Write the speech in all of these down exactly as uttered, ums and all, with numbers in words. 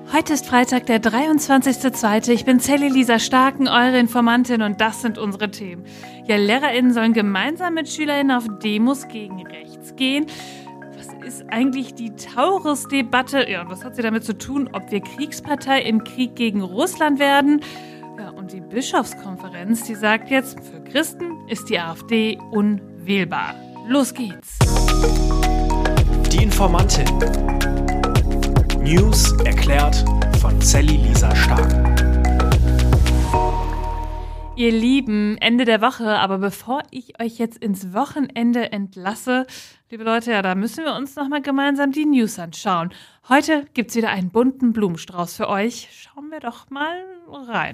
Heute ist Freitag, der dreiundzwanzigster zweite Ich bin Sally Lisa Starken, eure Informantin, und das sind unsere Themen. Ja, LehrerInnen sollen gemeinsam mit SchülerInnen auf Demos gegen rechts gehen. Was ist eigentlich die Taurus-Debatte? Ja, und was hat sie damit zu tun, ob wir Kriegspartei im Krieg gegen Russland werden? Ja, und die Bischofskonferenz, die sagt jetzt, für Christen ist die AfD unwählbar. Los geht's. Die Informantin. News erklärt von Sally Lisa Stark. Ihr Lieben, Ende der Woche, aber bevor ich euch jetzt ins Wochenende entlasse, liebe Leute, ja, da müssen wir uns nochmal gemeinsam die News anschauen. Heute gibt's wieder einen bunten Blumenstrauß für euch. Schauen wir doch mal rein.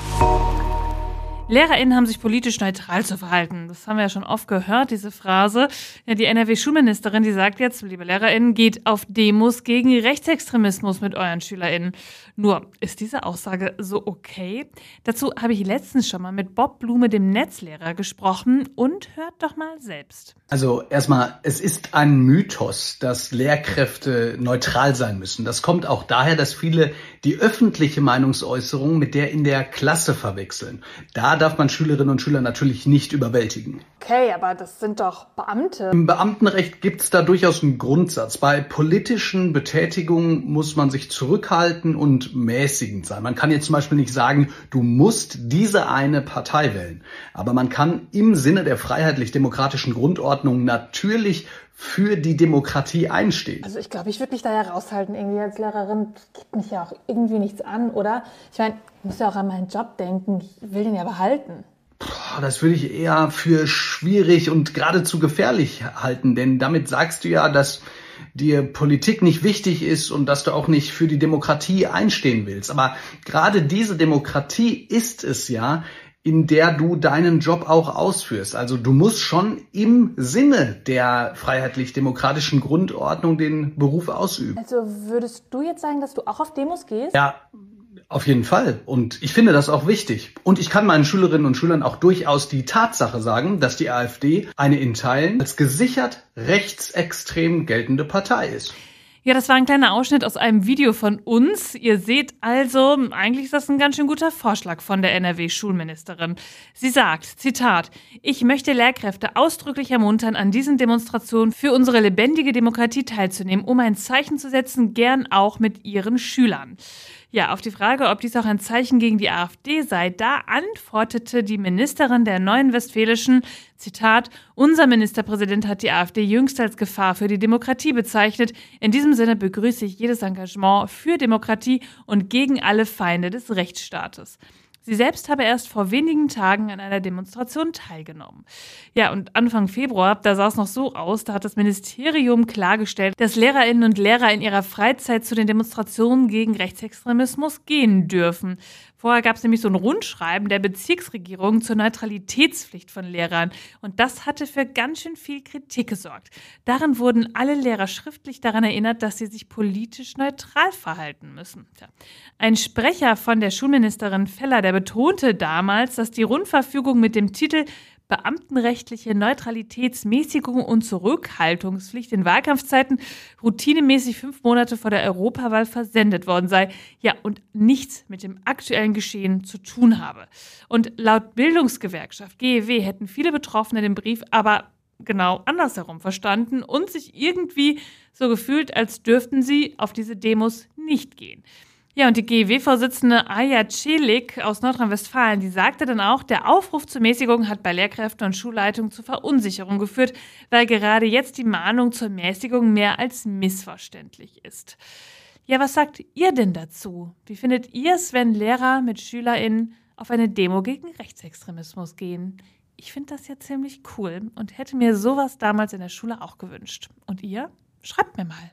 LehrerInnen haben sich politisch neutral zu verhalten. Das haben wir ja schon oft gehört, diese Phrase. Ja, die N R W-Schulministerin, die sagt jetzt, liebe LehrerInnen, geht auf Demos gegen Rechtsextremismus mit euren SchülerInnen. Nur, ist diese Aussage so okay? Dazu habe ich letztens schon mal mit Bob Blume, dem Netzlehrer, gesprochen, und hört doch mal selbst. Also erstmal, es ist ein Mythos, dass Lehrkräfte neutral sein müssen. Das kommt auch daher, dass viele die öffentliche Meinungsäußerung mit der in der Klasse verwechseln. Da darf man Schülerinnen und Schüler natürlich nicht überwältigen. Okay, aber das sind doch Beamte. Im Beamtenrecht gibt es da durchaus einen Grundsatz. Bei politischen Betätigungen muss man sich zurückhalten und mäßigend sein. Man kann jetzt zum Beispiel nicht sagen, du musst diese eine Partei wählen. Aber man kann im Sinne der freiheitlich-demokratischen Grundordnung natürlich für die Demokratie einstehen. Also ich glaube, ich würde mich da ja raushalten irgendwie als Lehrerin. Das geht mich ja auch irgendwie nichts an, oder? Ich meine, ich muss ja auch an meinen Job denken. Ich will den ja behalten. Puh, das würde ich eher für schwierig und geradezu gefährlich halten. Denn damit sagst du ja, dass dir Politik nicht wichtig ist und dass du auch nicht für die Demokratie einstehen willst. Aber gerade diese Demokratie ist es ja, in der du deinen Job auch ausführst. Also du musst schon im Sinne der freiheitlich-demokratischen Grundordnung den Beruf ausüben. Also würdest du jetzt sagen, dass du auch auf Demos gehst? Ja, auf jeden Fall. Und ich finde das auch wichtig. Und ich kann meinen Schülerinnen und Schülern auch durchaus die Tatsache sagen, dass die AfD eine in Teilen als gesichert rechtsextrem geltende Partei ist. Ja, das war ein kleiner Ausschnitt aus einem Video von uns. Ihr seht also, eigentlich ist das ein ganz schön guter Vorschlag von der N R W-Schulministerin. Sie sagt, Zitat, ich möchte Lehrkräfte ausdrücklich ermuntern, an diesen Demonstrationen für unsere lebendige Demokratie teilzunehmen, um ein Zeichen zu setzen, gern auch mit ihren Schülern. Ja, auf die Frage, ob dies auch ein Zeichen gegen die AfD sei, da antwortete die Ministerin der Neuen Westfälischen, Zitat, unser Ministerpräsident hat die AfD jüngst als Gefahr für die Demokratie bezeichnet. In diesem Sinne begrüße ich jedes Engagement für Demokratie und gegen alle Feinde des Rechtsstaates. Sie selbst habe erst vor wenigen Tagen an einer Demonstration teilgenommen. Ja, und Anfang Februar, da sah es noch so aus, da hat das Ministerium klargestellt, dass Lehrerinnen und Lehrer in ihrer Freizeit zu den Demonstrationen gegen Rechtsextremismus gehen dürfen. Vorher gab es nämlich so ein Rundschreiben der Bezirksregierung zur Neutralitätspflicht von Lehrern. Und das hatte für ganz schön viel Kritik gesorgt. Darin wurden alle Lehrer schriftlich daran erinnert, dass sie sich politisch neutral verhalten müssen. Tja. Ein Sprecher von der Schulministerin Feller, der betonte damals, dass die Rundverfügung mit dem Titel Beamtenrechtliche Neutralitätsmäßigung und Zurückhaltungspflicht in Wahlkampfzeiten routinemäßig fünf Monate vor der Europawahl versendet worden sei, ja, und nichts mit dem aktuellen Geschehen zu tun habe. Und laut Bildungsgewerkschaft G E W hätten viele Betroffene den Brief aber genau andersherum verstanden und sich irgendwie so gefühlt, als dürften sie auf diese Demos nicht gehen. Ja, und die G E W-Vorsitzende Aja Celik aus Nordrhein-Westfalen, die sagte dann auch, der Aufruf zur Mäßigung hat bei Lehrkräften und Schulleitungen zu Verunsicherung geführt, weil gerade jetzt die Mahnung zur Mäßigung mehr als missverständlich ist. Ja, was sagt ihr denn dazu? Wie findet ihr es, wenn Lehrer mit SchülerInnen auf eine Demo gegen Rechtsextremismus gehen? Ich finde das ja ziemlich cool und hätte mir sowas damals in der Schule auch gewünscht. Und ihr? Schreibt mir mal.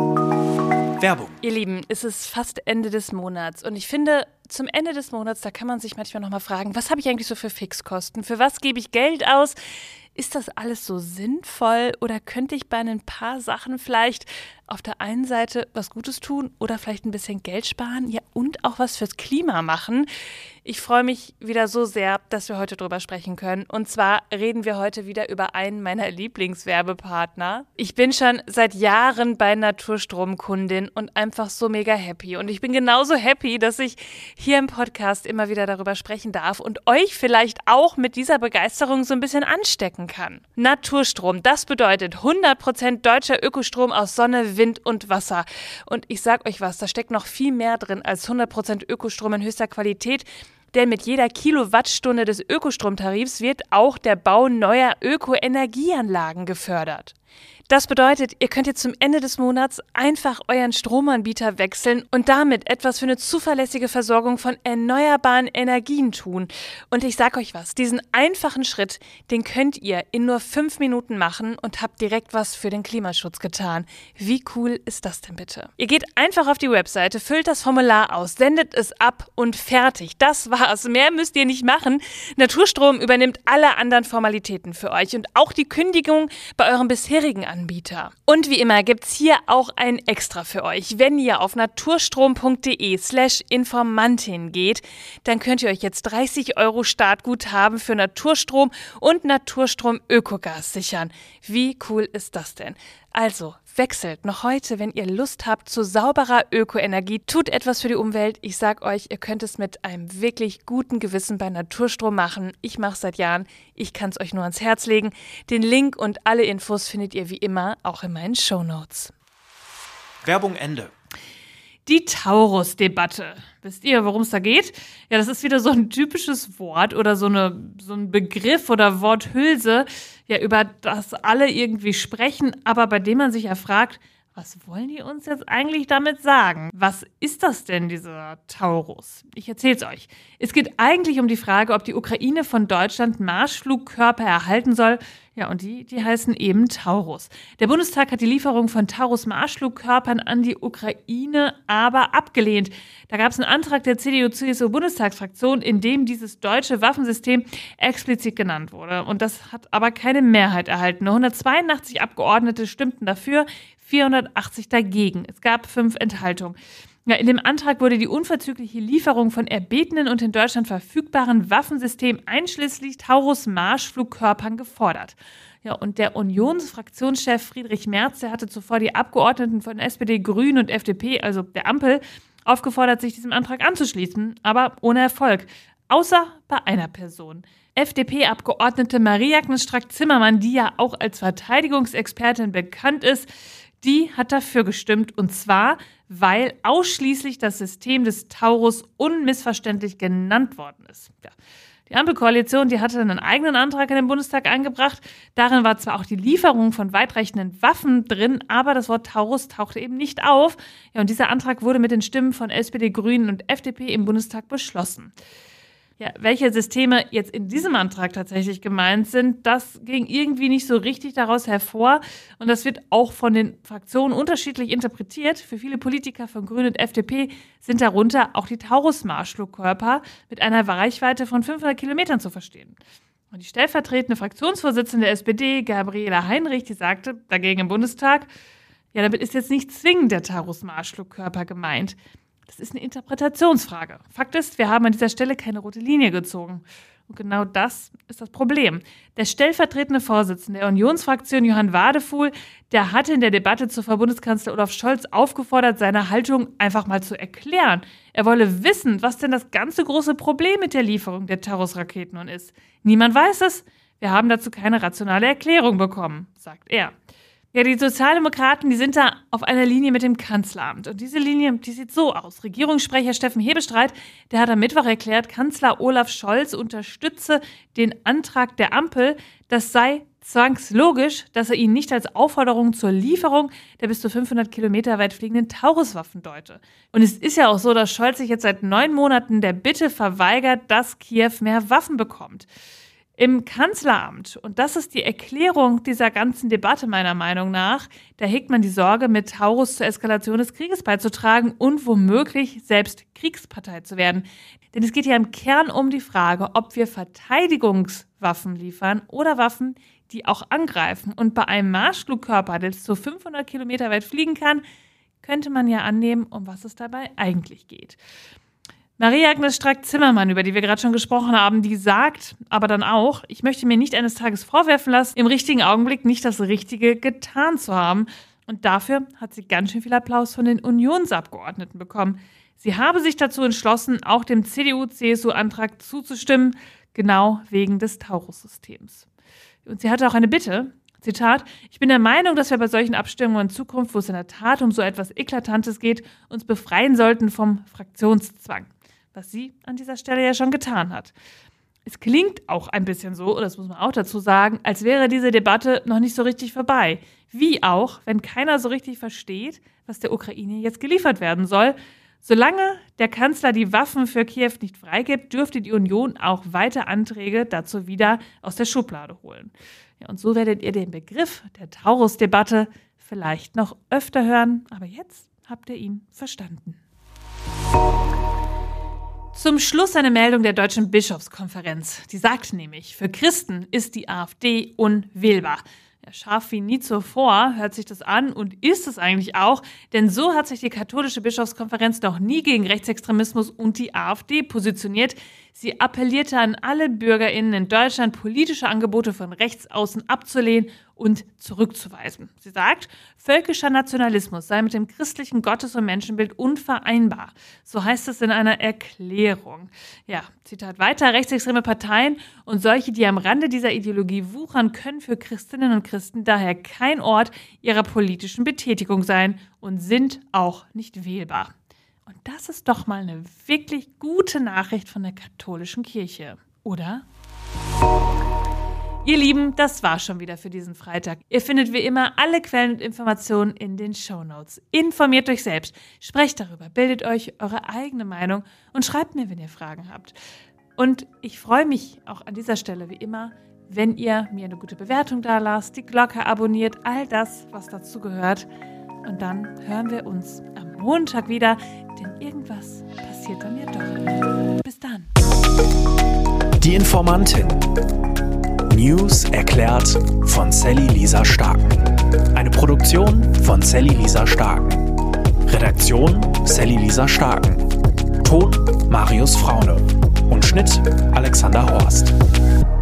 Werbung. Ihr Lieben, es ist fast Ende des Monats und ich finde, zum Ende des Monats, da kann man sich manchmal nochmal fragen, was habe ich eigentlich so für Fixkosten? Für was gebe ich Geld aus? ist das alles so sinnvoll oder könnte ich bei ein paar Sachen vielleicht auf der einen Seite was Gutes tun oder vielleicht ein bisschen Geld sparen, ja, und auch was fürs Klima machen? Ich freue mich wieder so sehr, dass wir heute drüber sprechen können. Und zwar reden wir heute wieder über einen meiner Lieblingswerbepartner. Ich bin schon seit Jahren bei Naturstrom-Kundin und einfach so mega happy. Und ich bin genauso happy, dass ich hier im Podcast immer wieder darüber sprechen darf und euch vielleicht auch mit dieser Begeisterung so ein bisschen anstecken kann. Naturstrom, das bedeutet hundert Prozent deutscher Ökostrom aus Sonne, Wind und Wasser. Und ich sag euch was, da steckt noch viel mehr drin als hundert Prozent Ökostrom in höchster Qualität. Denn mit jeder Kilowattstunde des Ökostromtarifs wird auch der Bau neuer Ökoenergieanlagen gefördert. Das bedeutet, ihr könnt jetzt zum Ende des Monats einfach euren Stromanbieter wechseln und damit etwas für eine zuverlässige Versorgung von erneuerbaren Energien tun. Und ich sag euch was, diesen einfachen Schritt, den könnt ihr in nur fünf Minuten machen und habt direkt was für den Klimaschutz getan. Wie cool ist das denn bitte? Ihr geht einfach auf die Webseite, füllt das Formular aus, sendet es ab und fertig. Das war's. Mehr müsst ihr nicht machen. Naturstrom übernimmt alle anderen Formalitäten für euch und auch die Kündigung bei eurem bisherigen Anbieter. Anbieter. Und wie immer gibt's hier auch ein Extra für euch. Wenn ihr auf naturstrom.de slash Informantin geht, dann könnt ihr euch jetzt dreißig Euro Startguthaben für Naturstrom und Naturstrom Ökogas sichern. Wie cool ist das denn? Also, wechselt noch heute, wenn ihr Lust habt, zu sauberer Ökoenergie. Tut etwas für die Umwelt. Ich sag euch, ihr könnt es mit einem wirklich guten Gewissen bei Naturstrom machen. Ich mache es seit Jahren. Ich kann es euch nur ans Herz legen. Den Link und alle Infos findet ihr wie immer auch in meinen Shownotes. Werbung Ende. Die Taurus-Debatte. Wisst ihr, worum es da geht? Ja, das ist wieder so ein typisches Wort oder so, eine, so ein Begriff oder Worthülse, ja, über das alle irgendwie sprechen, aber bei dem man sich ja fragt, was wollen die uns jetzt eigentlich damit sagen? Was ist das denn, dieser Taurus? Ich erzähl's euch. Es geht eigentlich um die Frage, ob die Ukraine von Deutschland Marschflugkörper erhalten soll. Ja, und die, die heißen eben Taurus. Der Bundestag hat die Lieferung von Taurus-Marschflugkörpern an die Ukraine aber abgelehnt. Da gab es einen Antrag der C D U-C S U-Bundestagsfraktion, in dem dieses deutsche Waffensystem explizit genannt wurde. Und das hat aber keine Mehrheit erhalten. Nur hundertzweiundachtzig Abgeordnete stimmten dafür, vierhundertachtzig dagegen. Es gab fünf Enthaltungen. Ja, in dem Antrag wurde die unverzügliche Lieferung von erbetenen und in Deutschland verfügbaren Waffensystemen einschließlich Taurus-Marschflugkörpern gefordert. Ja, und der Unionsfraktionschef Friedrich Merz, der hatte zuvor die Abgeordneten von S P D, Grünen und F D P, also der Ampel, aufgefordert, sich diesem Antrag anzuschließen, aber ohne Erfolg. Außer bei einer Person. F D P-Abgeordnete Marie-Agnes Strack-Zimmermann, die ja auch als Verteidigungsexpertin bekannt ist, die hat dafür gestimmt, und zwar, weil ausschließlich das System des Taurus unmissverständlich genannt worden ist. Ja. Die Ampelkoalition, die hatte einen eigenen Antrag in den Bundestag eingebracht. Darin war zwar auch die Lieferung von weitreichenden Waffen drin, aber das Wort Taurus tauchte eben nicht auf. Ja, und dieser Antrag wurde mit den Stimmen von S P D, Grünen und F D P im Bundestag beschlossen. Ja, welche Systeme jetzt in diesem Antrag tatsächlich gemeint sind, das ging irgendwie nicht so richtig daraus hervor. Und das wird auch von den Fraktionen unterschiedlich interpretiert. Für viele Politiker von Grünen und F D P sind darunter auch die Taurus-Marschflugkörper mit einer Reichweite von fünfhundert Kilometern zu verstehen. Und die stellvertretende Fraktionsvorsitzende der S P D, Gabriela Heinrich, die sagte dagegen im Bundestag, ja, damit ist jetzt nicht zwingend der Taurus-Marschflugkörper gemeint. Das ist eine Interpretationsfrage. Fakt ist, wir haben an dieser Stelle keine rote Linie gezogen. Und genau das ist das Problem. Der stellvertretende Vorsitzende der Unionsfraktion, Johann Wadefuhl, der hatte in der Debatte zuvor Bundeskanzler Olaf Scholz aufgefordert, seine Haltung einfach mal zu erklären. Er wolle wissen, was denn das ganze große Problem mit der Lieferung der Taurus-Raketen nun ist. Niemand weiß es. Wir haben dazu keine rationale Erklärung bekommen, sagt er. Ja, die Sozialdemokraten, die sind da auf einer Linie mit dem Kanzleramt. Und diese Linie, die sieht so aus. Regierungssprecher Steffen Hebestreit, der hat am Mittwoch erklärt, Kanzler Olaf Scholz unterstütze den Antrag der Ampel. Das sei zwangslogisch, dass er ihn nicht als Aufforderung zur Lieferung der bis zu fünfhundert Kilometer weit fliegenden Tauruswaffen deute. Und es ist ja auch so, dass Scholz sich jetzt seit neun Monaten der Bitte verweigert, dass Kiew mehr Waffen bekommt. Im Kanzleramt, und das ist die Erklärung dieser ganzen Debatte meiner Meinung nach, da hegt man die Sorge, mit Taurus zur Eskalation des Krieges beizutragen und womöglich selbst Kriegspartei zu werden. Denn es geht ja im Kern um die Frage, ob wir Verteidigungswaffen liefern oder Waffen, die auch angreifen. Und bei einem Marschflugkörper, der bis zu fünfhundert Kilometer weit fliegen kann, könnte man ja annehmen, um was es dabei eigentlich geht. Marie-Agnes Strack-Zimmermann, über die wir gerade schon gesprochen haben, die sagt aber dann auch, ich möchte mir nicht eines Tages vorwerfen lassen, im richtigen Augenblick nicht das Richtige getan zu haben. Und dafür hat sie ganz schön viel Applaus von den Unionsabgeordneten bekommen. Sie habe sich dazu entschlossen, auch dem C D U-C S U-Antrag zuzustimmen, genau wegen des Taurus-Systems. Und sie hatte auch eine Bitte, Zitat, ich bin der Meinung, dass wir bei solchen Abstimmungen in Zukunft, wo es in der Tat um so etwas Eklatantes geht, uns befreien sollten vom Fraktionszwang. Was sie an dieser Stelle ja schon getan hat. Es klingt auch ein bisschen so, und das muss man auch dazu sagen, als wäre diese Debatte noch nicht so richtig vorbei. Wie auch, wenn keiner so richtig versteht, was der Ukraine jetzt geliefert werden soll. Solange der Kanzler die Waffen für Kiew nicht freigibt, dürfte die Union auch weiter Anträge dazu wieder aus der Schublade holen. Ja, und so werdet ihr den Begriff der Taurus-Debatte vielleicht noch öfter hören, aber jetzt habt ihr ihn verstanden. Zum Schluss eine Meldung der Deutschen Bischofskonferenz. Die sagt nämlich, für Christen ist die AfD unwählbar. Ja, scharf wie nie zuvor hört sich das an und ist es eigentlich auch, denn so hat sich die katholische Bischofskonferenz noch nie gegen Rechtsextremismus und die AfD positioniert. Sie appellierte an alle BürgerInnen in Deutschland, politische Angebote von rechts außen abzulehnen und zurückzuweisen. Sie sagt, völkischer Nationalismus sei mit dem christlichen Gottes- und Menschenbild unvereinbar. So heißt es in einer Erklärung. Ja, Zitat weiter, rechtsextreme Parteien und solche, die am Rande dieser Ideologie wuchern, können für Christinnen und Christen daher kein Ort ihrer politischen Betätigung sein und sind auch nicht wählbar. Und das ist doch mal eine wirklich gute Nachricht von der katholischen Kirche, oder? Ihr Lieben, das war schon wieder für diesen Freitag. Ihr findet wie immer alle Quellen und Informationen in den Shownotes. Informiert euch selbst, sprecht darüber, bildet euch eure eigene Meinung und schreibt mir, wenn ihr Fragen habt. Und ich freue mich auch an dieser Stelle wie immer, wenn ihr mir eine gute Bewertung da lasst, die Glocke abonniert, all das, was dazu gehört. Und dann hören wir uns am Montag wieder, denn irgendwas passiert dann ja doch. Bis dann. Die Informantin. News erklärt von Sally Lisa Starken. Eine Produktion von Sally Lisa Starken. Redaktion Sally Lisa Starken. Ton Marius Fraune. Und Schnitt Alexander Horst.